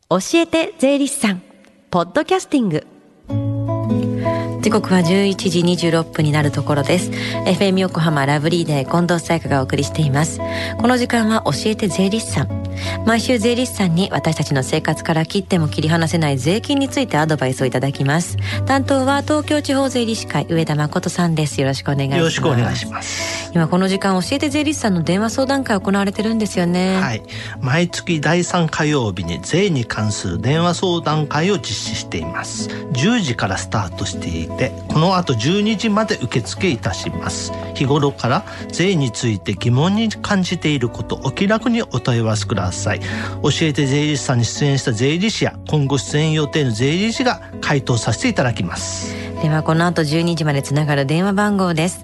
教えて税理士さんポッドキャスティング。時刻は11時26分になるところです。 FM 横浜ラブリーデー近藤沙耶香がお送りしています。この時間は教えて税理士さん。毎週税理士さんに私たちの生活から切っても切り離せない税金についてアドバイスをいただきます。担当は東京地方税理士会上田誠さんです。よろしくお願いします。 よろしくお願いします。 今この時間教えて税理士さんの電話相談会行われてるんですよね。 はい、毎月第3火曜日に税に関する電話相談会を実施しています。10時からスタートしていて、この後12時まで受付いたします。日頃から税について疑問に感じていること、お気楽にお問い合わせください。教えて税理士さんに出演した税理士や今後出演予定の税理士が回答させていただきます。 ではこの後12時までつながる電話番号です。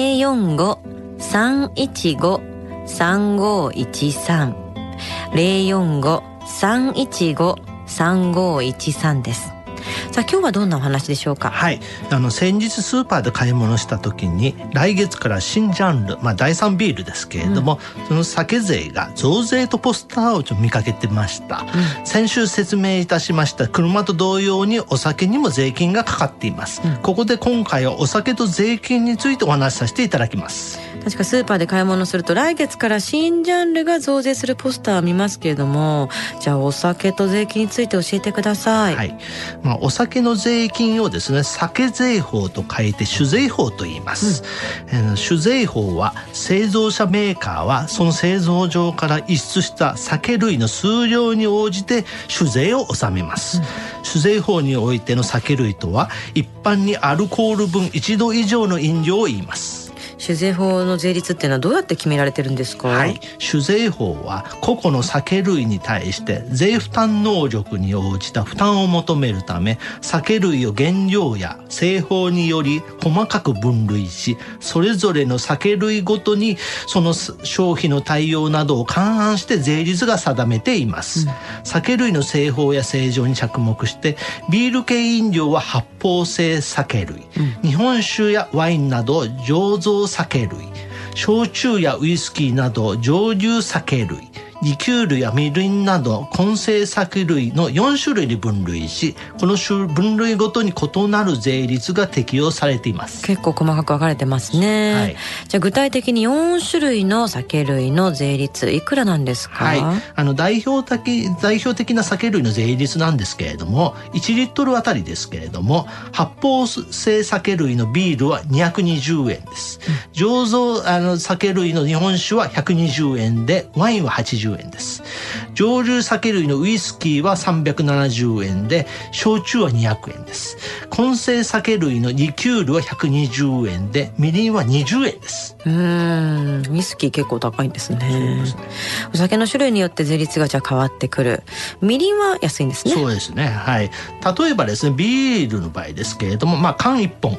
045-315-3513 045-315-3513 です。さあ今日はどんなお話でしょうか。 はい、先日スーパーで買い物した時に来月から新ジャンル、第3ビールですけれども、その酒税が増税とポスターをちょっと見かけてました。先週説明いたしました車と同様にお酒にも税金がかかっています。ここで今回はお酒と税金についてお話しさせていただきます。 確かスーパーで買い物すると来月から新ジャンルが増税するポスターを見ますけれども、じゃあお酒と税金について教えてください。 はい、お酒の税金をですね、酒税法と書いて酒税法と言います。酒税法は製造者メーカーはその製造場から輸出した酒類の数量に応じて酒税を納めます。酒税法においての酒類とは一般にアルコール分1度以上の飲料を言います。 酒税法の税率っていうのはどうやって決められてるんですか。 はい、酒税法は個々の酒類に対して税負担能力に応じた負担を求めるため、酒類を原料や製法により細かく分類し、それぞれの酒類ごとにその消費の対応などを勘案して税率が定めています。酒類の製法や製造に着目して、ビール系飲料は発泡性酒類、日本酒やワインなど醸造酒類、焼酎やウイスキーなど蒸留酒類、リキュールやみりんなど混成酒類の4種類に分類し、この分類ごとに異なる税率が適用されています。 結構細かく分かれてますね。はい、じゃあ具体的に4種類の酒類の税率いくらなんですか。 はい、代表的な酒類の税率なんですけれども、1リットルあたりですけれども、発泡性酒類のビールは220円です。醸造酒類の日本酒は120円で、ワインは80円です。蒸留酒類のウイスキーは370円で、焼酎は200円です。混成酒類のリキュールは120円で、みりんは20円です。 ウイスキー結構高いんですね。 そうですね。 お酒の種類によって税率がじゃあ変わってくる。みりんは安いんですね。 そうですね。はい。例えばですね、ビールの場合ですけれども、缶1本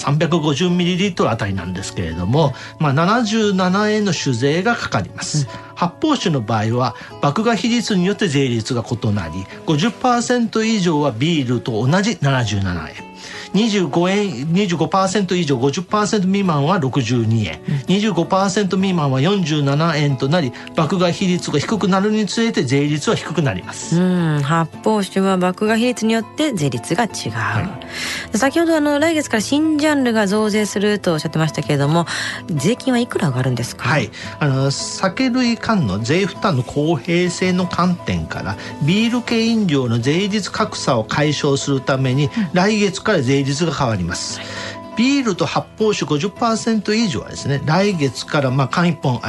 350ml あたりなんですけれども、77円の酒税がかかります。発泡酒の場合は麦芽比率によって税率が異なり、 50% 以上はビールと同じ77円、25% 以上 50% 未満は62円、25% 未満は47円となり、麦芽比率が低くなるにつれて税率は低くなります。 発泡酒は麦芽比率によって税率が違う。先ほど来月から新ジャンルが増税するとおっしゃってましたけれども、税金はいくら上がるんですか。 はい、酒類間の税負担の公平性の観点から、ビール系飲料の税率格差を解消するために、来月から税率が変わります。ビールと発泡酒 50% 以上はですね、来月から缶1本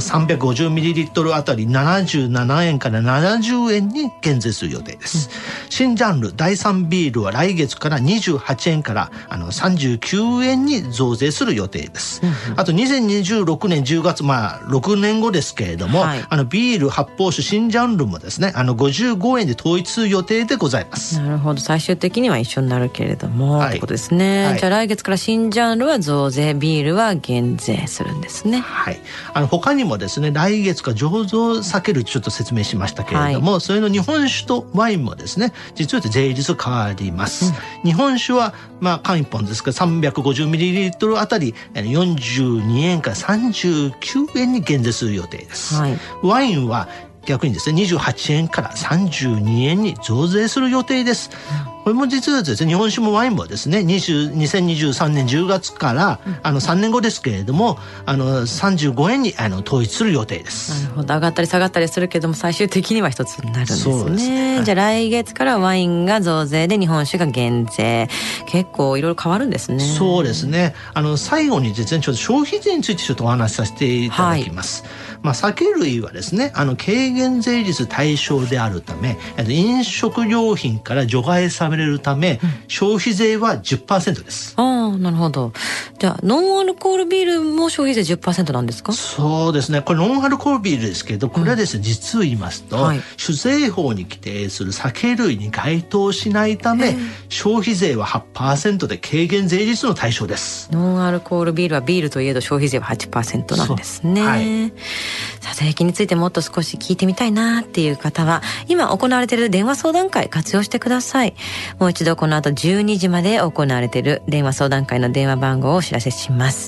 350ml あたり77円から70円に減税する予定です。新ジャンル第3ビールは来月から28円から39円に増税する予定です。あと2026年10月、6年後ですけれども、ビール発泡酒新ジャンルもですね、55円で統一する予定でございます。 なるほど、最終的には一緒になるけれども、ということですね。じゃあ来月から新ジャンルは増税、ビールは減税するんですね。 はい、他にもですね、来月から醸造酒類ちょっと説明しましたけれども、それの日本酒とワインもですね、実は税率変わります。日本酒は缶1本ですから 350ml あたり42円から39円に減税する予定です。ワインは逆にですね28円から32円に増税する予定です。これも実はですね日本酒もワインもですね2023年10月から3年後ですけれども35円に統一する予定です。 なるほど。上がったり下がったりするけども最終的には一つになるんですね。 そうですね。 じゃあ来月からワインが増税で日本酒が減税、結構いろいろ変わるんですね。 そうですね。最後にですねちょっと消費税についてちょっとお話しさせていただきます。酒類はですね軽減税率対象であるため飲食料品から除外されるため、消費税は 10% です。 ああ、なるほど。じゃあノンアルコールビールも消費税 10% なんですか？ そうですね。これノンアルコールビールですけど、これはですね、実を言いますと、酒税法に規定する酒類に該当しないため、消費税は 8% で軽減税率の対象です。 ノンアルコールビールはビールといえど消費税は 8% なんですね。さあ、税金についてもっと少し聞いてみたいなっていう方は今行われている電話相談会活用してください。もう一度この後12時まで行われている電話相談会の電話番号をお知らせします。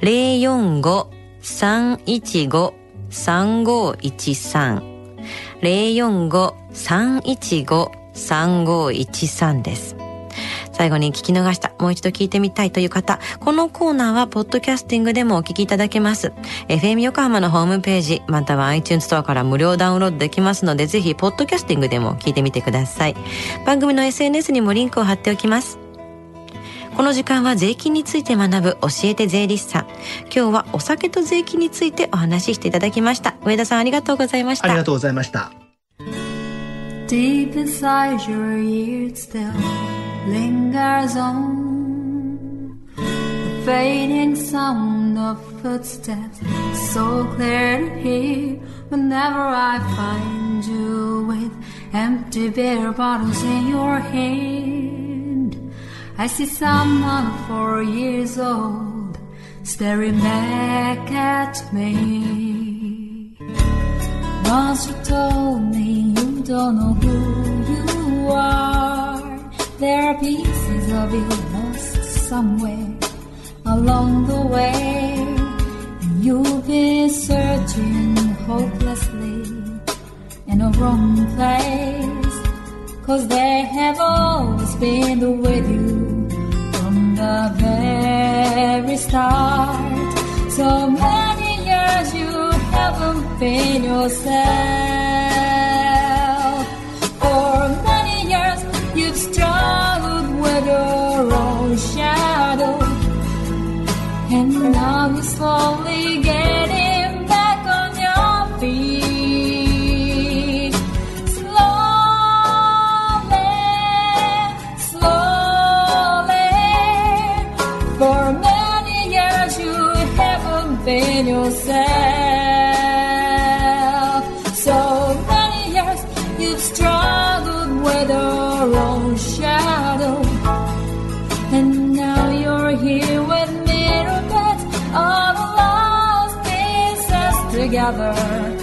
045-315-3513 045-315-3513 です。最後に聞き逃した、もう一度聞いてみたいという方、このコーナーはポッドキャスティングでもお聞きいただけます。 FM 横浜のホームページまたは iTunes ストアから無料ダウンロードできますので、ぜひポッドキャスティングでも聞いてみてください。番組の SNS にもリンクを貼っておきます。この時間は税金について学ぶ教えて税理士さん。今日はお酒と税金についてお話ししていただきました。上田さん、ありがとうございました。 ありがとうございました。 Deep inside your ears still lingers on the fading sound of footsteps, so clear to hear whenever I find you with empty beer bottles in your hand. I see someone 4 years old staring back at me. Once you told me you don't know who you are.There are pieces of you lost somewhere along the way, and you've been searching hopelessly in a wrong place, 'cause they have always been with you from the very start. So many years you haven't been yourself. For many years you've struggled with your own shadow, and now you're slowly getting back on your feet. Slowly, slowly. For many years you haven't been yourself. So many years you've struggled with your own shadow, and now you're here with me to put all the lost pieces together.